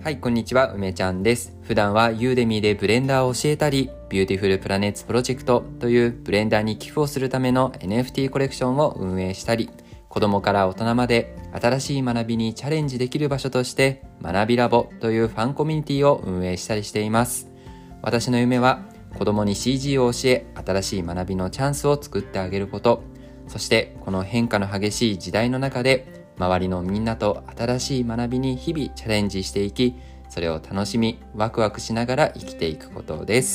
はい、こんにちは、梅ちゃんです。普段はユーデミーでブレンダーを教えたり、ビューティフルプラネッツプロジェクトというブレンダーに寄付をするための NFT コレクションを運営したり、子供から大人まで新しい学びにチャレンジできる場所として学びラボというファンコミュニティを運営したりしています。私の夢は子供に CG を教え、新しい学びのチャンスを作ってあげること、そしてこの変化の激しい時代の中で周りのみんなと新しい学びに日々チャレンジしていき、それを楽しみ、ワクワクしながら生きていくことです。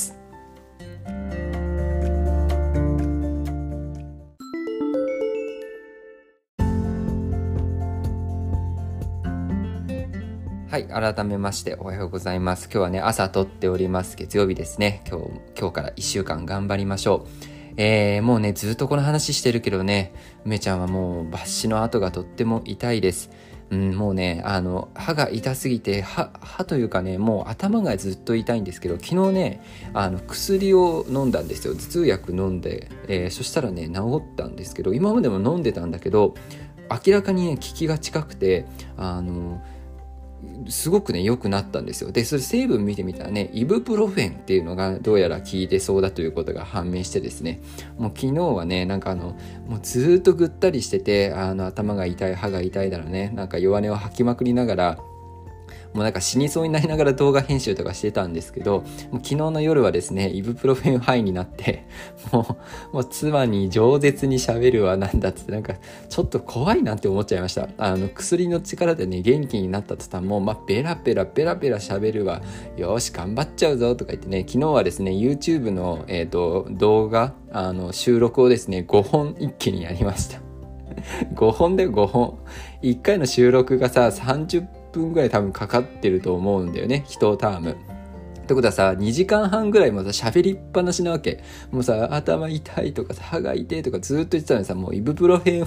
はい、改めましておはようございます。今日はね、朝撮っております。月曜日ですね。今日から1週間頑張りましょう。もうね、ずっとこの話してるけどね、梅ちゃんはもう抜歯の跡がとっても痛いです。もうね、歯が痛すぎて、歯というかね、もう頭がずっと痛いんですけど、昨日ね、薬を飲んだんですよ。頭痛薬飲んで、そしたらね、治ったんですけど、今までも飲んでたんだけど、明らかにね、効きが近くて、すごくね良くなったんですよ。でそれ成分見てみたらね、イブプロフェンっていうのがどうやら効いてそうだということが判明してですね、もう昨日はねもうずっとぐったりしてて、頭が痛い、歯が痛いだろうね、弱音を吐きまくりながら、もう死にそうになりながら動画編集とかしてたんですけど、もう昨日の夜はですね、イブプロフェンハイになってもう妻に饒舌に喋るわなんだって、ちょっと怖いなって思っちゃいました。薬の力でね元気になった途端、もうペラペラ喋るわ、よし頑張っちゃうぞとか言ってね、昨日はですね YouTube の、動画収録をですね5本一気にやりました5本で5本、1回の収録がさ30分ぐらい多分かかってると思うんだよね、1タームってことはさ、2時間半ぐらいもさ喋りっぱなしなわけ。もうさ、頭痛いとかさ、歯が痛いとかずっと言ってたのにさ、もうイブプロフェン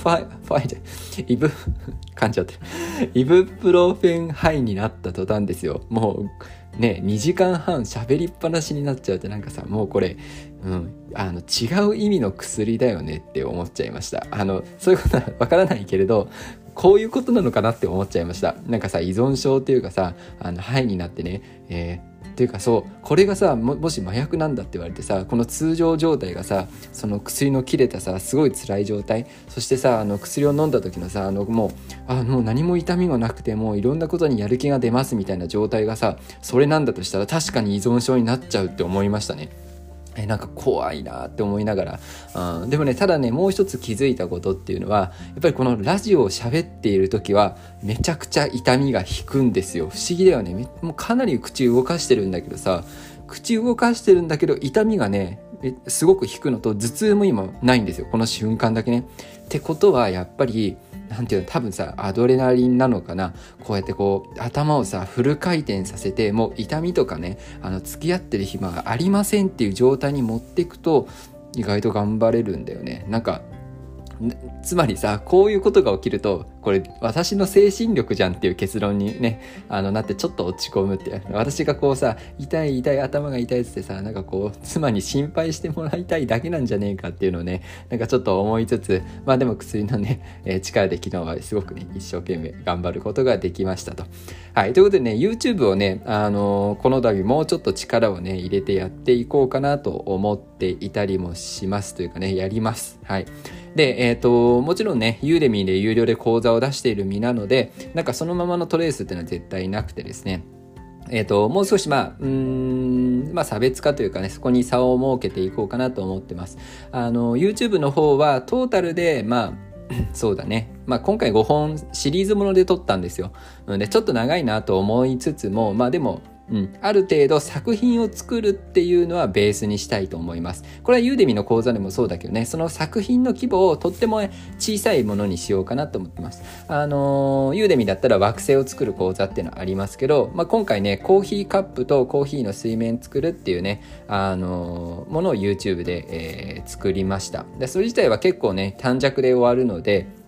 噛んじゃってるイブプロフェンハイになった途端ですよ。もうね、2時間半喋りっぱなしになっちゃうって、もうこれ、違う意味の薬だよねって思っちゃいました。そういうことはわからないけれど、こういうことなのかなって思っちゃいました。依存症っていうかさ、ハイになってね、っていうかそう、これがさ もし麻薬なんだって言われてさ、この通常状態がさ、その薬の切れたさすごい辛い状態、そしてさ薬を飲んだ時のさもう何も痛みもなくて、もういろんなことにやる気が出ますみたいな状態がさ、それなんだとしたら確かに依存症になっちゃうって思いましたね。怖いなって思いながら、でもね、ただね、もう一つ気づいたことっていうのは、やっぱりこのラジオを喋っている時はめちゃくちゃ痛みが引くんですよ。不思議だよね。もうかなり口動かしてるんだけどさ、痛みがねすごく引くのと、頭痛も今ないんですよ、この瞬間だけね。ってことはやっぱり多分さアドレナリンなのかな、こうやって頭をさフル回転させて、もう痛みとかね付き合ってる暇がありませんっていう状態に持っていくと、意外と頑張れるんだよね。つまりさ、こういうことが起きると、これ私の精神力じゃんっていう結論にねなって、ちょっと落ち込むって。私が痛い頭が痛いってさ、妻に心配してもらいたいだけなんじゃねえかっていうのをねちょっと思いつつ、でも薬のね、力で昨日はすごくね一生懸命頑張ることができましたと。はい、ということでね、 YouTube をねこの度もうちょっと力をね入れてやっていこうかなと思っていたりもしますというかね、やります。はい。で、もちろんね、ユーデミーで有料で講座を出している身なので、そのままのトレースっていうのは絶対なくてですね、もう少し差別化というかね、そこに差を設けていこうかなと思ってます。YouTube の方はトータルでそうだね、今回5本シリーズもので撮ったんですよ。でちょっと長いなと思いつつも、でもある程度作品を作るっていうのはベースにしたいと思います。これはユーデミの講座でもそうだけどね、その作品の規模をとっても小さいものにしようかなと思ってます。ユーデミだったら惑星を作る講座っていうのはありますけど、今回ねコーヒーカップとコーヒーの水面作るっていうねものを YouTube で、作りました。でそれ自体は結構ね短尺で終わるので、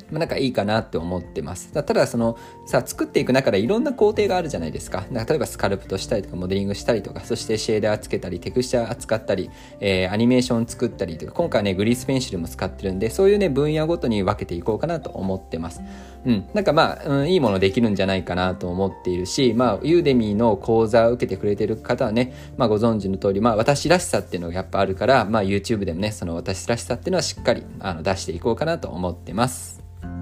なんかいいかなって思ってます。ただそのさ、作っていく中でいろんな工程があるじゃないですか。例えばスカルプトしたりとかモデリングしたりとか、そしてシェーダーつけたりテクスチャー扱ったり、アニメーション作ったりとか、今回ねグリースペンシルも使ってるんで、そういうね分野ごとに分けていこうかなと思ってます。なんかいいものできるんじゃないかなと思っているし、ユーデミーの講座を受けてくれてる方はね、ご存知の通り、私らしさっていうのがやっぱあるから、YouTube でもねその私らしさっていうのはしっかり出していこうかなと思ってます。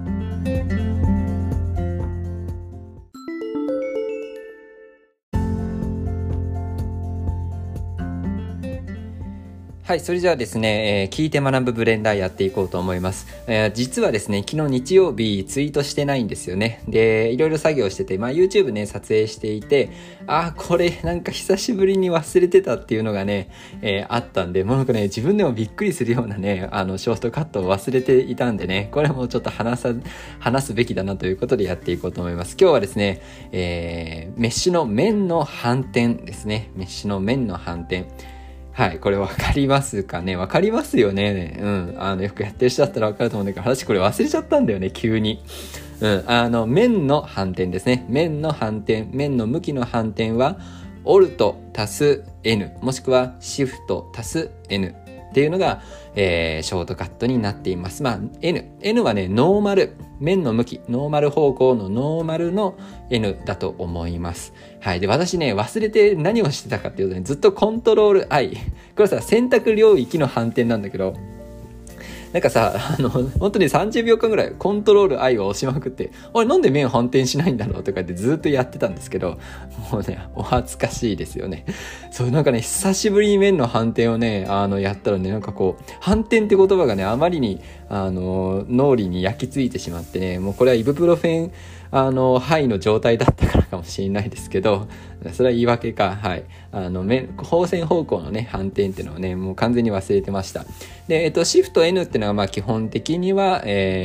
はい、それじゃあですね、聞いて学ぶブレンダーやっていこうと思います。実はですね、昨日日曜日ツイートしてないんですよね。で、いろいろ作業してて、YouTube ね、撮影していて、これなんか久しぶりに忘れてたっていうのがね、あったんで、もうなんかね、自分でもびっくりするようなね、ショートカットを忘れていたんでね、これもちょっと話すべきだなということでやっていこうと思います。今日はですね、メッシュの面の反転ですね。メッシュの面の反転。はい、これ分かりますかね。分かりますよね。よくやってる人だったら分かると思うんだけど、私これ忘れちゃったんだよね、急に。面の反転ですね。面の反転、面の向きの反転は、オルト足す N、もしくはシフト足す N っていうのが、ショートカットになっています。N はね、ノーマル、面の向き、ノーマル方向のノーマルの N だと思います。はい。で、私ね、忘れて何をしてたかっていうとね、ずっとコントロール I。これさ、選択領域の反転なんだけど、なんかさ、本当に30秒間ぐらいコントロール I を押しまくって、なんで面反転しないんだろうとかってずっとやってたんですけど、もうね、お恥ずかしいですよね。そう、なんかね、久しぶりに面の反転をね、やったらね、なんかこう、反転って言葉がね、あまりに、脳裏に焼き付いてしまってね、もうこれはイブプロフェン、ハイの状態だったからかもしれないですけど、それは言い訳か。はい。放線方向のね、反転っていうのはね、もう完全に忘れてました。で、シフト N っていうのは基本的には、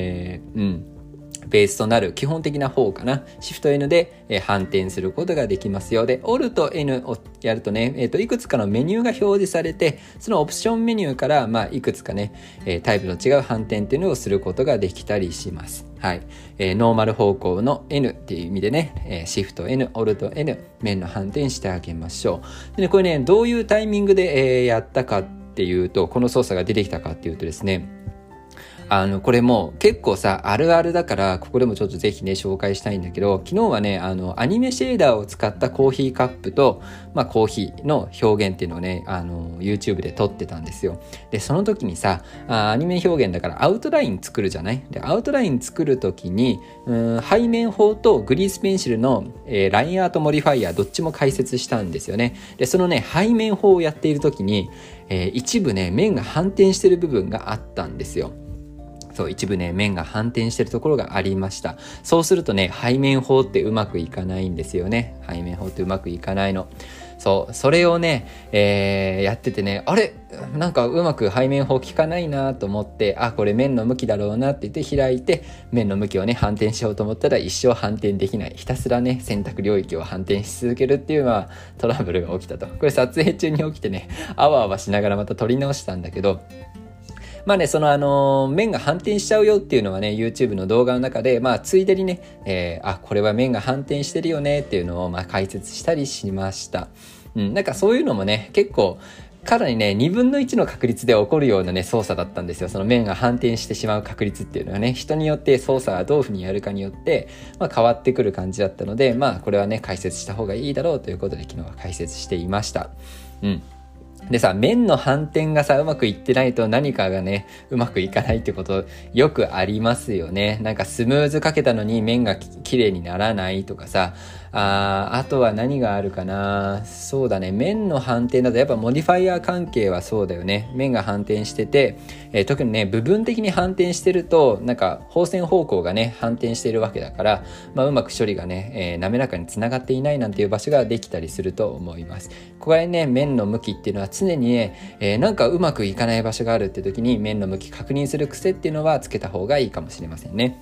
ベースとなる基本的な方かな。シフト N で、反転することができますよ。で、オルト N をやるとね、いくつかのメニューが表示されて、そのオプションメニューから、いくつかね、タイプの違う反転っていうのをすることができたりします。はい。ノーマル方向の N っていう意味でね、シフト N、オルト N、面の反転してあげましょう。でね、これね、どういうタイミングで、やったかっていうと、この操作が出てきたかっていうとですね、これも結構さ、あるあるだから、ここでもちょっとぜひね、紹介したいんだけど、昨日はね、アニメシェーダーを使ったコーヒーカップと、コーヒーの表現っていうのをね、YouTube で撮ってたんですよ。で、その時にさ、アニメ表現だからアウトライン作るじゃない？で、アウトライン作る時に、背面法とグリースペンシルの、ラインアートモディファイア、どっちも解説したんですよね。で、そのね、背面法をやっている時に、一部ね、面が反転してる部分があったんですよ。そう、一部ね、面が反転してるところがありました。そうするとね、背面法ってうまくいかないんですよね。背面法ってうまくいかないの。そう、それをね、やっててね、なんかうまく背面法効かないなと思って、これ面の向きだろうなって言って開いて、面の向きをね、反転しようと思ったら一生反転できない。ひたすらね、選択領域を反転し続けるっていう、トラブルが起きたと。これ撮影中に起きてね、あわあわしながらまた撮り直したんだけど、その面が反転しちゃうよっていうのはね、YouTube の動画の中で、ついでにね、これは面が反転してるよねっていうのを解説したりしました。なんかそういうのもね、結構、かなりね、2分の1の確率で起こるようなね、操作だったんですよ。その面が反転してしまう確率っていうのはね、人によって操作はどういうふうにやるかによって、変わってくる感じだったので、これはね、解説した方がいいだろうということで昨日は解説していました。でさ、面の反転がさ、うまくいってないと何かがね、うまくいかないってことよくありますよね。なんかスムーズかけたのに面が綺麗にならないとかさ、あとは何があるかな。そうだね、面の反転だとやっぱモディファイア関係はそうだよね。面が反転してて、特にね、部分的に反転してると、なんか放線方向がね、反転しているわけだから、うまく処理がね、滑らかにつながっていないなんていう場所ができたりすると思います。ここへね、面の向きっていうのは常にね、なんかうまくいかない場所があるって時に面の向き確認する癖っていうのはつけた方がいいかもしれませんね。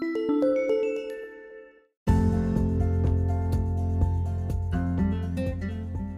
は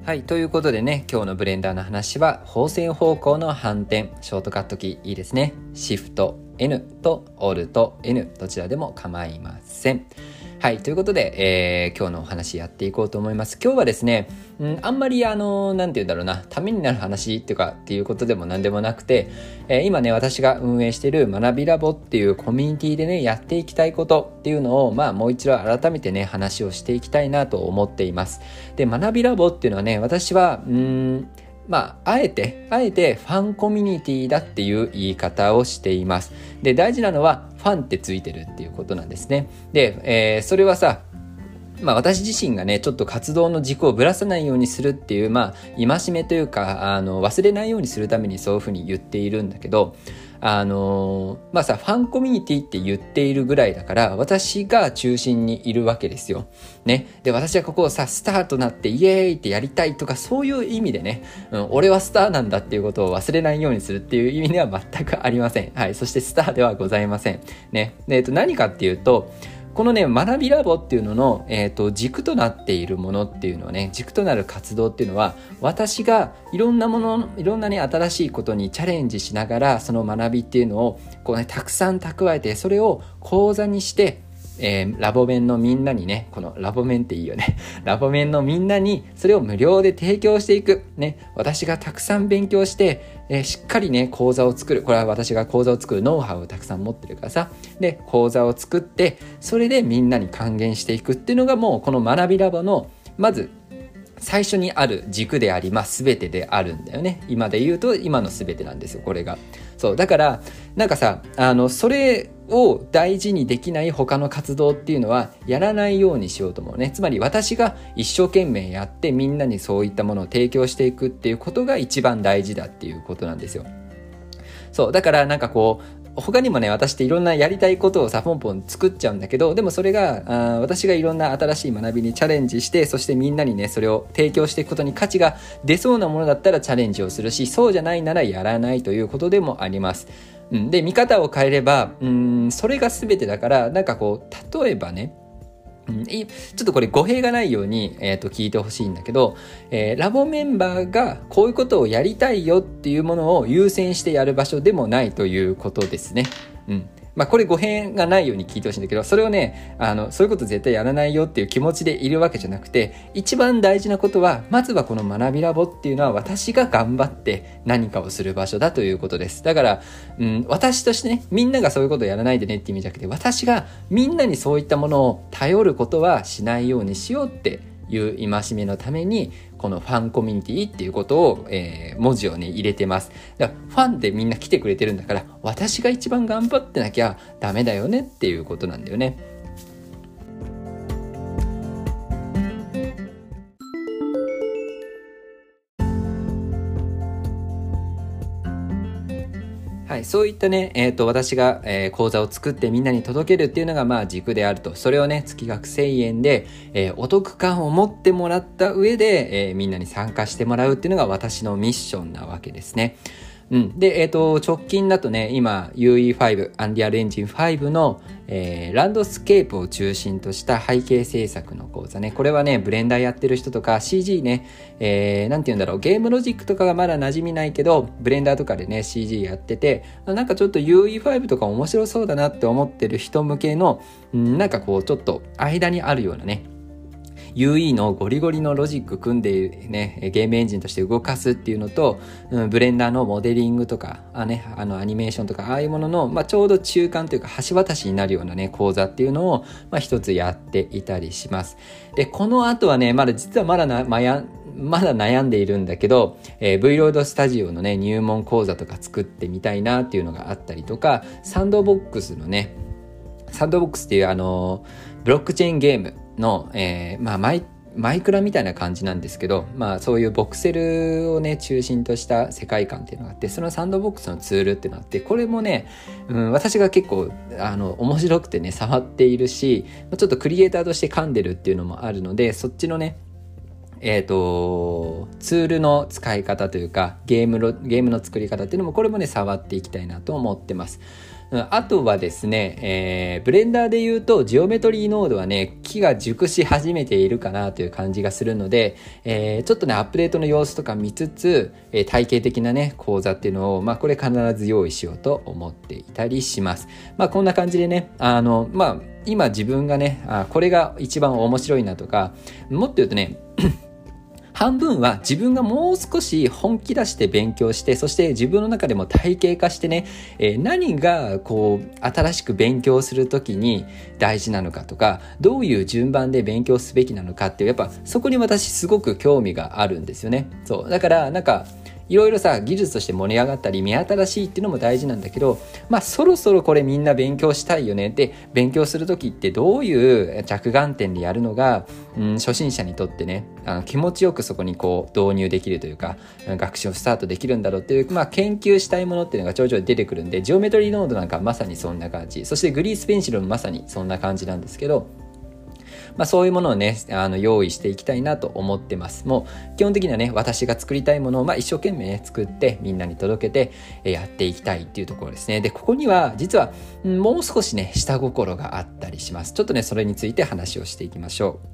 はい、ということでね、今日のブレンダーの話は方線方向の反転、ショートカットキーいいですね。シフト N とオルト N どちらでも構いません。はい、ということで、今日のお話やっていこうと思います。今日はですね、あんまりなんて言うんだろうな、ためになる話っていうことでも何でもなくて、今ね、私が運営している学びラボっていうコミュニティでね、やっていきたいことっていうのを、もう一度改めてね、話をしていきたいなと思っています。で、学びラボっていうのはね、私は、あえてファンコミュニティだっていう言い方をしています。で、大事なのはファンってついてるっていうことなんですね。で、それはさ、私自身がね、ちょっと活動の軸をぶらさないようにするっていう、戒めというか、忘れないようにするためにそういうふうに言っているんだけど、ファンコミュニティって言っているぐらいだから、私が中心にいるわけですよ。ね。で、私はここをさ、スターとなってイエーイってやりたいとか、そういう意味でね、俺はスターなんだっていうことを忘れないようにするっていう意味では全くありません。はい。そしてスターではございません。ね。で、何かっていうと、このね、学びラボっていうのの、軸となっているものっていうのはね、軸となる活動っていうのは、私がいろんなね、新しいことにチャレンジしながら、その学びっていうのを、こうね、たくさん蓄えて、それを講座にして、ラボメンのみんなにね、このラボメンっていいよね。ラボメンのみんなにそれを無料で提供していく。ね、私がたくさん勉強して、しっかりね、講座を作る。これは私が講座を作るノウハウをたくさん持ってるからさ。で、講座を作って、それでみんなに還元していくっていうのがもうこの学びラボの、まず、最初にある軸であり、全てであるんだよね。今で言うと今の全てなんですよ、これが。そう。だから、なんかさ、それを大事にできない他の活動っていうのはやらないようにしようと思うね。つまり私が一生懸命やってみんなにそういったものを提供していくっていうことが一番大事だっていうことなんですよ。そう。だからなんかこう、他にもね、私っていろんなやりたいことをさ、ポンポン作っちゃうんだけど、でもそれが私がいろんな新しい学びにチャレンジして、そしてみんなにね、それを提供していくことに価値が出そうなものだったらチャレンジをするし、そうじゃないならやらないということでもあります。で、見方を変えれば、それが全てだから、なんかこう、例えばね、ちょっとこれ語弊がないように、聞いてほしいんだけど、ラボメンバーがこういうことをやりたいよっていうものを優先してやる場所でもないということですね。これ語弊がないように聞いてほしいんだけど、それをね、そういうこと絶対やらないよっていう気持ちでいるわけじゃなくて、一番大事なことは、まずはこの学びラボっていうのは私が頑張って何かをする場所だということです。だから、私としてね、みんながそういうことをやらないでねって意味じゃなくて、私がみんなにそういったものを頼ることはしないようにしようっていう戒めのために、このファンコミュニティっていうことを、文字をね入れてます。だからファンでみんな来てくれてるんだから、私が一番頑張ってなきゃダメだよねっていうことなんだよね。はい、そういったね、私が、講座を作ってみんなに届けるっていうのが軸であると。それをね、月額1000円で、お得感を持ってもらった上で、みんなに参加してもらうっていうのが私のミッションなわけですね。で、直近だとね、今 UE5、Unreal Engine 5の、ランドスケープを中心とした背景制作の講座ね。これはね、ブレンダーやってる人とか CG ね、なんて言うんだろう、ゲームロジックとかがまだ馴染みないけど、ブレンダーとかでね、CG やってて、なんかちょっと UE5 とか面白そうだなって思ってる人向けの、なんかこう、ちょっと間にあるようなね、UE のゴリゴリのロジック組んでね、ゲームエンジンとして動かすっていうのと、ブレンダーのモデリングとか、アニメーションとか、ああいうものの、ちょうど中間というか、橋渡しになるようなね、講座っていうのを、一つやっていたりします。で、この後はね、実はまだ悩んでいるんだけど、Vload スタジオのね、入門講座とか作ってみたいなっていうのがあったりとか、サンドボックスっていうブロックチェーンゲームの、マイクラみたいな感じなんですけど、そういうボクセルをね中心とした世界観っていうのがあって、そのサンドボックスのツールっていうのがあって、これもね、私が結構面白くてね触っているし、ちょっとクリエイターとして噛んでるっていうのもあるので、そっちのねツールの使い方というかゲームの作り方っていうのもこれもね触っていきたいなと思ってます。あとはですね、ブレンダーで言うとジオメトリーノードはね木が熟し始めているかなという感じがするので、ちょっとねアップデートの様子とか見つつ、体系的なね講座っていうのをこれ必ず用意しようと思っていたりします。こんな感じでね今自分がねこれが一番面白いなとか、もっと言うとね半分は自分がもう少し本気出して勉強して、そして自分の中でも体系化してね、何がこう新しく勉強するときに大事なのかとか、どういう順番で勉強すべきなのかっていう、やっぱそこに私すごく興味があるんですよね。そうだからいろいろさ技術として盛り上がったり目新しいっていうのも大事なんだけど、そろそろこれみんな勉強したいよねって勉強する時ってどういう着眼点でやるのが、初心者にとってね気持ちよくそこにこう導入できるというか学習をスタートできるんだろうっていう、研究したいものっていうのがちょいちょい出てくるんで、ジオメトリーノードなんかまさにそんな感じ、そしてグリースペンシルもまさにそんな感じなんですけど、そういうものをね用意していきたいなと思ってます。もう基本的にはね私が作りたいものを一生懸命ね作ってみんなに届けてやっていきたいっていうところですね。でここには実はもう少しね下心があったりします。ちょっとねそれについて話をしていきましょう。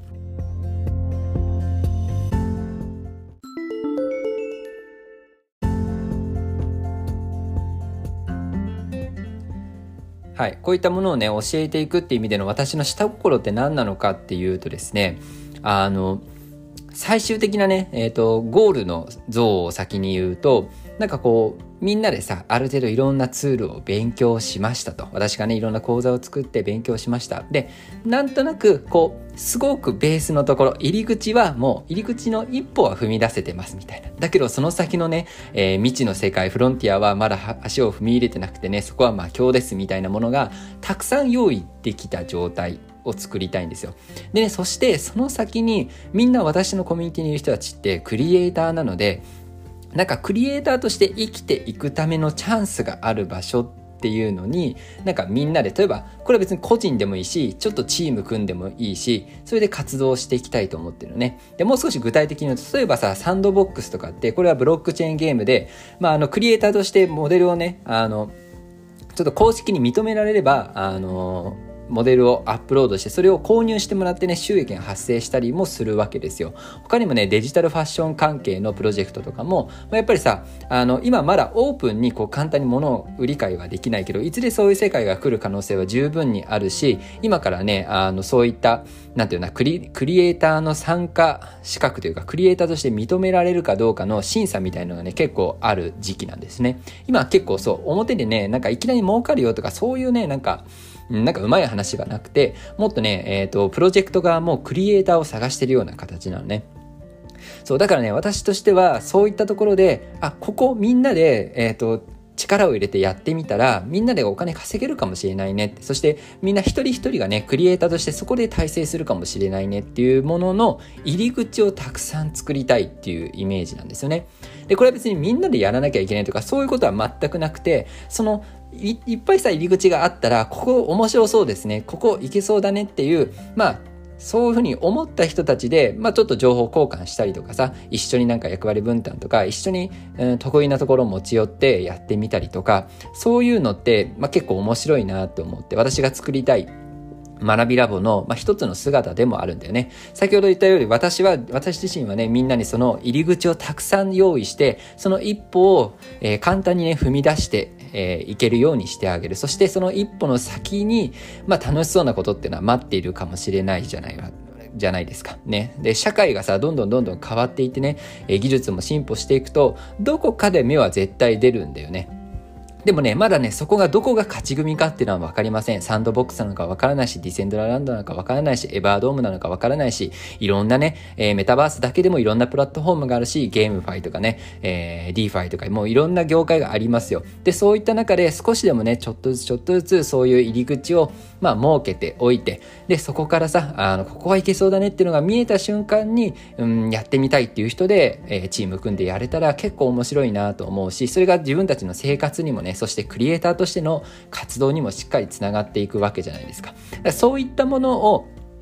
はい、こういったものをね教えていくっていう意味での私の下心って何なのかっていうとですね、最終的なね、ゴールの像を先に言うと、みんなでさある程度いろんなツールを勉強しましたと、私がねいろんな講座を作って勉強しました。でなんとなくすごくベースのところ、入り口の一歩は踏み出せてますみたいな。だけどその先のね、未知の世界フロンティアはまだ足を踏み入れてなくてね、そこは魔境ですみたいなものがたくさん用意できた状態を作りたいんですよ。でね、そしてその先にみんな私のコミュニティにいる人たちってクリエイターなので、クリエイターとして生きていくためのチャンスがある場所っていうのにみんなで、例えばこれは別に個人でもいいしちょっとチーム組んでもいいし、それで活動していきたいと思ってるのね。でもう少し具体的に言うと、例えばさサンドボックスとかってこれはブロックチェーンゲームで、クリエイターとしてモデルをねちょっと公式に認められればモデルをアップロードしてそれを購入してもらってね収益が発生したりもするわけですよ。他にもねデジタルファッション関係のプロジェクトとかも、やっぱりさ今まだオープンに簡単に物を売り買いはできないけど、いずれそういう世界が来る可能性は十分にあるし、今からねそういったなんていうのクリエイターの参加資格というかクリエイターとして認められるかどうかの審査みたいなのがね結構ある時期なんですね。今結構そう表でねいきなり儲かるよとかそういうねうまい話はなくて、もっとね、プロジェクト側もクリエイターを探してるような形なのね。そうだからね私としてはそういったところでここみんなで力を入れてやってみたらみんなでお金稼げるかもしれないねって、そしてみんな一人一人がねクリエイターとしてそこで大成するかもしれないねっていうものの入り口をたくさん作りたいっていうイメージなんですよね。でこれは別にみんなでやらなきゃいけないとかそういうことは全くなくて、いっぱいさ入り口があったらここ面白そうですね、ここいけそうだねっていうそういうふうに思った人たちで、ちょっと情報交換したりとかさ、一緒に役割分担とか、一緒に、得意なところを持ち寄ってやってみたりとか、そういうのって、結構面白いなと思って、私が作りたい学びラボの、一つの姿でもあるんだよね。先ほど言ったように私自身はねみんなにその入り口をたくさん用意して、その一歩を、簡単にね踏み出していけるようにしてあげる。そしてその一歩の先に、楽しそうなことっていうのは待っているかもしれないじゃないですかね。で社会がさどんどん変わっていってね、技術も進歩していくとどこかで芽は絶対出るんだよね。でもねまだねそこがどこが勝ち組かっていうのは分かりません。サンドボックスなのか分からないし、ディセンドラランドなのか分からないし、エバードームなのか分からないし、いろんなね、メタバースだけでもいろんなプラットフォームがあるし、ゲームファイとかね、DeFi とかもういろんな業界がありますよ。でそういった中で少しでもねちょっとずつそういう入り口を設けておいて、でそこからさここはいけそうだねっていうのが見えた瞬間に、やってみたいっていう人で、チーム組んでやれたら結構面白いなと思うし、それが自分たちの生活にもね、そしてクリエイターとしての活動にもしっかりつながっていくわけじゃないですか。だからそういったものを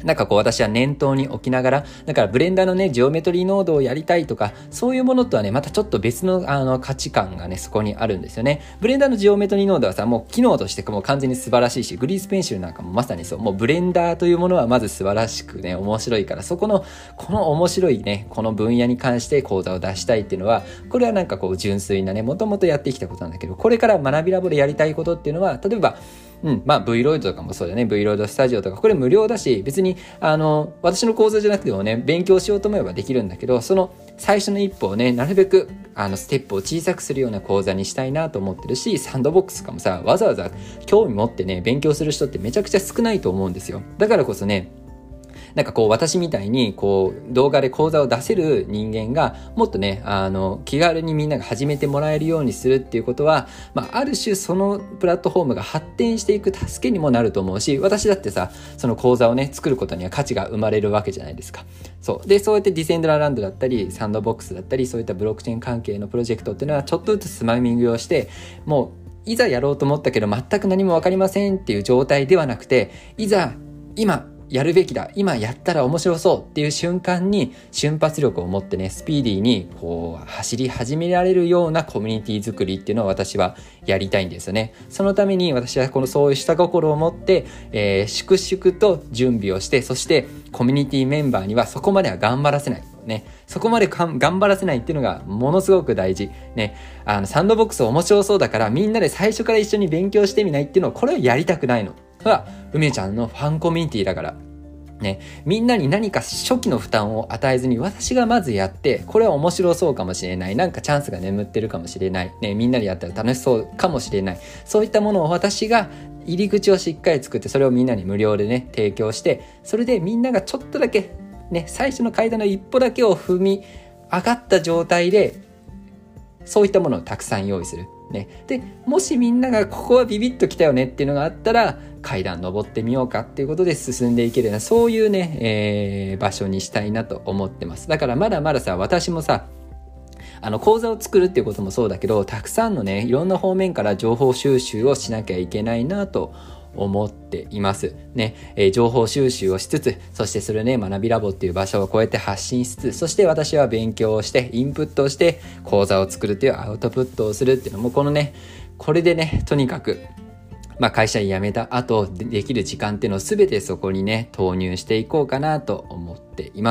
なんかこう私は念頭に置きながら、だからブレンダーのね、ジオメトリーノードをやりたいとか、そういうものとはね、またちょっと別の価値観がね、そこにあるんですよね。ブレンダーのジオメトリーノードはさ、もう機能としてもう完全に素晴らしいし、グリースペンシルなんかもまさにそう、もうブレンダーというものはまず素晴らしくね、面白いから、この面白いね、この分野に関して講座を出したいっていうのは、これはなんかこう純粋なね、もともとやってきたことなんだけど、これから学びラボでやりたいことっていうのは、例えばまあ V ロイドとかもそうだね。V ロイドスタジオとか、これ無料だし、別に私の講座じゃなくてもね、勉強しようと思えばできるんだけど、その最初の一歩をね、なるべくステップを小さくするような講座にしたいなと思ってるし、サンドボックスとかもさ、わざわざ興味持ってね、勉強する人ってめちゃくちゃ少ないと思うんですよ。だからこそね、なんかこう私みたいにこう動画で講座を出せる人間がもっとね気軽にみんなが始めてもらえるようにするっていうことは、ある種そのプラットフォームが発展していく助けにもなると思うし、私だってさその講座をね作ることには価値が生まれるわけじゃないですか。そうやってディセンドラランドだったりサンドボックスだったり、そういったブロックチェーン関係のプロジェクトっていうのはちょっとずつスマミングをして、もういざやろうと思ったけど全く何も分かりませんっていう状態ではなくて、いざ今やるべきだ、今やったら面白そうっていう瞬間に瞬発力を持ってね、スピーディーにこう走り始められるようなコミュニティ作りっていうのを私はやりたいんですよね。そのために私はそういう下心を持って、粛々と準備をして、そしてコミュニティメンバーにはそこまでは頑張らせないね、そこまで頑張らせないっていうのがものすごく大事ね。サンドボックス面白そうだからみんなで最初から一緒に勉強してみないっていうのを、これをやりたくないの。それは梅ちゃんのファンコミュニティだからね、みんなに何か初期の負担を与えずに私がまずやって、これは面白そうかもしれない、なんかチャンスが眠ってるかもしれない、ね、みんなでやったら楽しそうかもしれない、そういったものを私が入り口をしっかり作って、それをみんなに無料でね提供して、それでみんながちょっとだけね、最初の階段の一歩だけを踏み上がった状態でそういったものをたくさん用意するね。でもしみんながここはビビッときたよねっていうのがあったら、階段登ってみようかっていうことで進んでいけるような、そういうね、場所にしたいなと思ってます。だからまだまださ、私もさ講座を作るっていうこともそうだけど、たくさんのねいろんな方面から情報収集をしなきゃいけないなと思っていますね。情報収集をしつつ、そしてそれね、学びラボっていう場所をこうやって発信しつつ、そして私は勉強をしてインプットをして講座を作るっていうアウトプットをするっていうのも、これでね、とにかく会社辞めた後できる時間っていうのを全てそこにね投入していこうかなと思っています。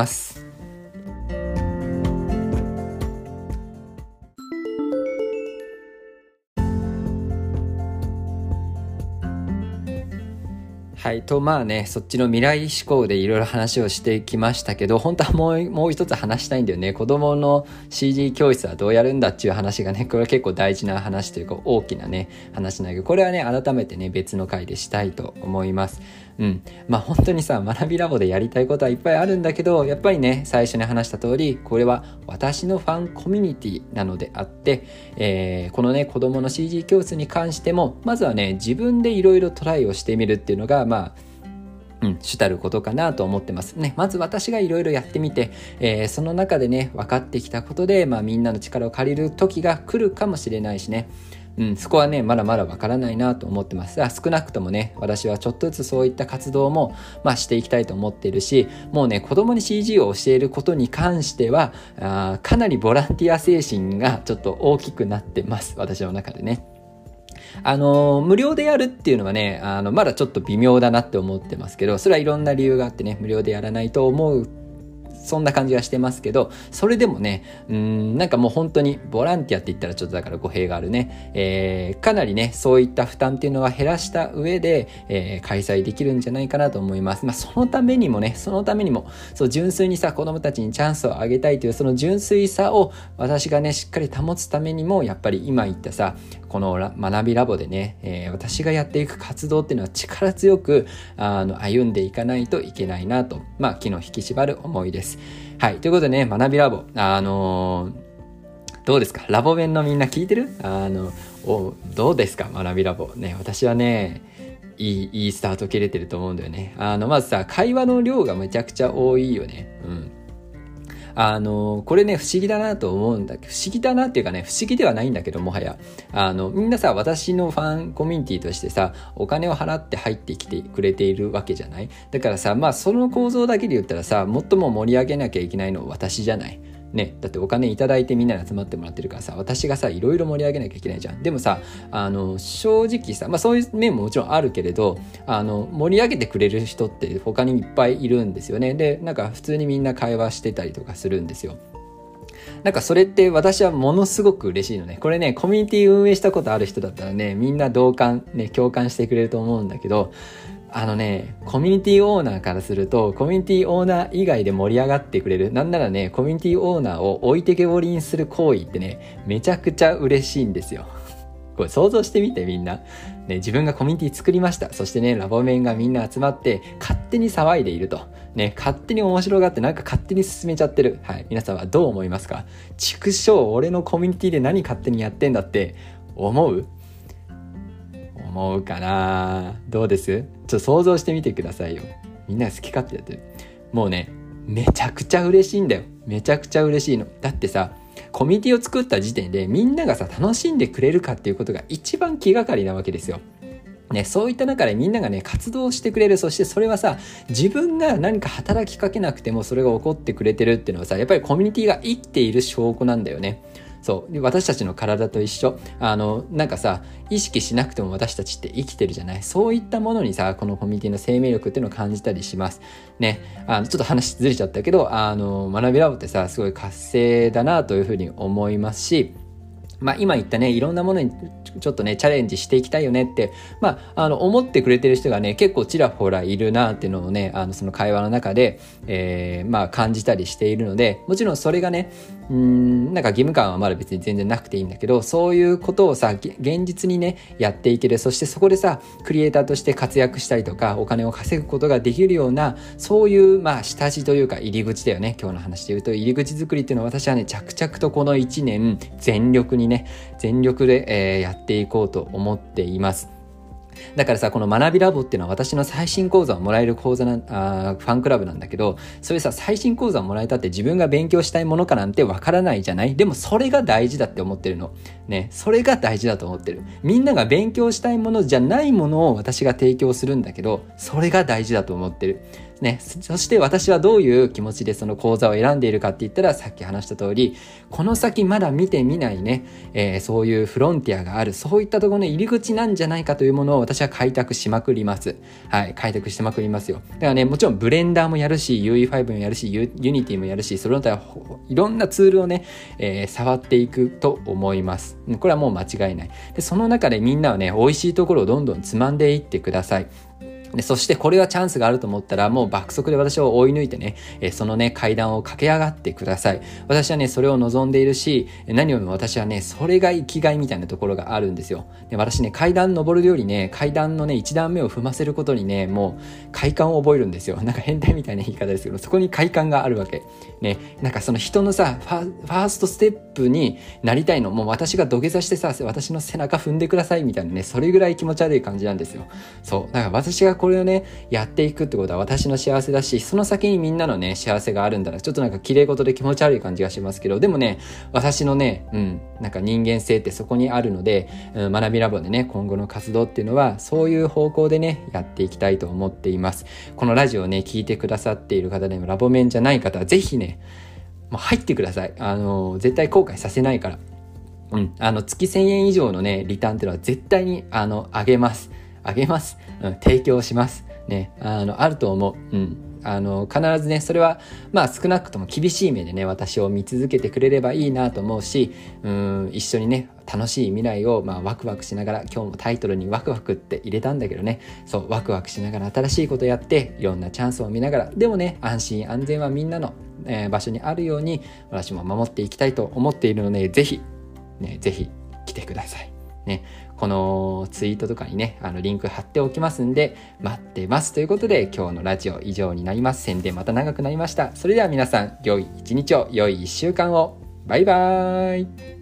はいと、そっちの未来志向でいろいろ話をしてきましたけど、本当はもう一つ話したいんだよね。子供の CG 教室はどうやるんだっていう話がね、これは結構大事な話というか大きなね話なんだけど、これはね改めてね別の回でしたいと思います。本当にさ、学びラボでやりたいことはいっぱいあるんだけど、やっぱりね最初に話した通り、これは私のファンコミュニティなのであって、このね子供の CG 教室に関しても、まずはね自分でいろいろトライをしてみるっていうのが主たることかなと思ってますね。まず私がいろいろやってみて、その中でね分かってきたことで、みんなの力を借りる時が来るかもしれないしね、そこはねまだまだわからないなと思ってます。少なくともね私はちょっとずつそういった活動もしていきたいと思っているし、もうね子供に CG を教えることに関してはかなりボランティア精神がちょっと大きくなってます、私の中でね。無料でやるっていうのはねまだちょっと微妙だなって思ってますけど、それはいろんな理由があってね無料でやらないと思う、そんな感じがしてますけど、それでもねなんかもう本当にボランティアって言ったらちょっとだから語弊があるね、かなりねそういった負担っていうのは減らした上で、開催できるんじゃないかなと思います。そのためにもそう純粋にさ子供たちにチャンスをあげたいというその純粋さを私がねしっかり保つためにも、やっぱり今言ったさこの学びラボでね、私がやっていく活動っていうのは力強く歩んでいかないといけないなと気の引き締まる思いです。はい、ということでね学びラボどうですか、ラボ弁のみんな聞いてる？どうですか学びラボね。私はねいいスタート切れてると思うんだよね。まずさ会話の量がめちゃくちゃ多いよね。 これね、不思議だなと思うんだけど、不思議だなっていうかね、不思議ではないんだけど、もはや。みんなさ、私のファンコミュニティとしてさ、お金を払って入ってきてくれているわけじゃない？だからさ、まあ、その構造だけで言ったらさ、最も盛り上げなきゃいけないのは私じゃない？ね、だってお金いただいてみんなに集まってもらってるからさ、私がさいろいろ盛り上げなきゃいけないじゃん。でもさ、正直さ、まあそういう面ももちろんあるけれど、盛り上げてくれる人って他にいっぱいいるんですよね。で、なんか普通にみんな会話してたりとかするんですよ。なんかそれって私はものすごく嬉しいのね。これね、コミュニティ運営したことある人だったらね、みんな同感、ね、共感してくれると思うんだけど、コミュニティオーナーからすると、コミュニティオーナー以外で盛り上がってくれる、なんならね、コミュニティオーナーを置いてけぼりにする行為ってね、めちゃくちゃ嬉しいんですよ。これ想像してみて、みんな。ね、自分がコミュニティ作りました。そしてね、ラボメンがみんな集まって、勝手に騒いでいると。ね、勝手に面白がって、なんか勝手に進めちゃってる。はい。皆さんはどう思いますか？畜生、俺のコミュニティで何勝手にやってんだって思うかな？どうです？ちょっと想像してみてくださいよ。みんな好き勝手やってる。もうね、めちゃくちゃ嬉しいんだよ。めちゃくちゃ嬉しいの。だってさ、コミュニティを作った時点でみんながさ楽しんでくれるかっていうことが一番気がかりなわけですよ。ね、そういった中でみんながね活動してくれる。そしてそれはさ、自分が何か働きかけなくてもそれが起こってくれてるっていうのはさ、やっぱりコミュニティが生きている証拠なんだよね。そうで、私たちの体と一緒。なんかさ、意識しなくても私たちって生きてるじゃない。そういったものにさ、このコミュニティの生命力っていうのを感じたりしますね。ちょっと話ずれちゃったけど、学びラボってさ、すごい活性だなというふうに思いますし、まあ今言ったね、いろんなものにちょっとねチャレンジしていきたいよねって、まあ思ってくれてる人がね結構ちらほらいるなっていうのをね、その会話の中で、まあ感じたりしているので、もちろんそれがねなんか義務感はまだ別に全然なくていいんだけど、そういうことをさ現実にねやっていける。そしてそこでさクリエイターとして活躍したりとかお金を稼ぐことができるような、そういうまあ下地というか入り口だよね。今日の話で言うと入り口作りっていうのは、私はね着々とこの1年全力で、やっていこうと思っています。だからさ、この学びラボっていうのは私の最新講座をもらえる講座ファンクラブなんだけど、それさ、最新講座をもらえたって自分が勉強したいものかなんてわからないじゃない。でもそれが大事だって思ってるのね。それが大事だと思ってる。みんなが勉強したいものじゃないものを私が提供するんだけど、それが大事だと思ってるね。そして私はどういう気持ちでその講座を選んでいるかって言ったら、さっき話した通り、この先まだ見てみないね、そういうフロンティアがある、そういったところの入り口なんじゃないかというものを私は開拓しまくります。はい、開拓してまくりますよ。だからね、もちろんブレンダーもやるし、UE5 もやるし、ユニティもやるし、それの他いろんなツールをね、触っていくと思います。これはもう間違いない。で、その中でみんなはね、美味しいところをどんどんつまんでいってください。で、そしてこれはチャンスがあると思ったら、もう爆速で私を追い抜いてね、そのね階段を駆け上がってください。私はねそれを望んでいるし、何よりも私はねそれが生きがいみたいなところがあるんですよ。で、私ね階段登るよりね階段のね一段目を踏ませることにねもう快感を覚えるんですよ。なんか変態みたいな言い方ですけど、そこに快感があるわけね。なんかその人のさファーストステップになりたいの、もう私が土下座してさ私の背中踏んでくださいみたいなね、それぐらい気持ち悪い感じなんですよ。そうだから私がこれをねやっていくってことは私の幸せだし、その先にみんなのね幸せがあるんだら、ちょっとなんか綺麗事で気持ち悪い感じがしますけど、でもね私のねなんか人間性ってそこにあるので、学びラボでね今後の活動っていうのはそういう方向でねやっていきたいと思っています。このラジオをね聞いてくださっている方でもラボメンじゃない方はぜひねもう入ってください。絶対後悔させないから。月1000円以上のねリターンっていうのは絶対にあげます、提供しますね。あると思う。必ずねそれはまあ少なくとも厳しい目でね私を見続けてくれればいいなと思うし、一緒にね楽しい未来をまあワクワクしながら、今日もタイトルにワクワクって入れたんだけどね、そうワクワクしながら新しいことやっていろんなチャンスを見ながら、でもね安心安全はみんなの、場所にあるように私も守っていきたいと思っているので、ぜひ来てくださいね。このツイートとかにねリンク貼っておきますんで待ってます。ということで今日のラジオ以上になります。宣伝また長くなりました。それでは皆さん良い一日を、良い1週間を。バイバーイ。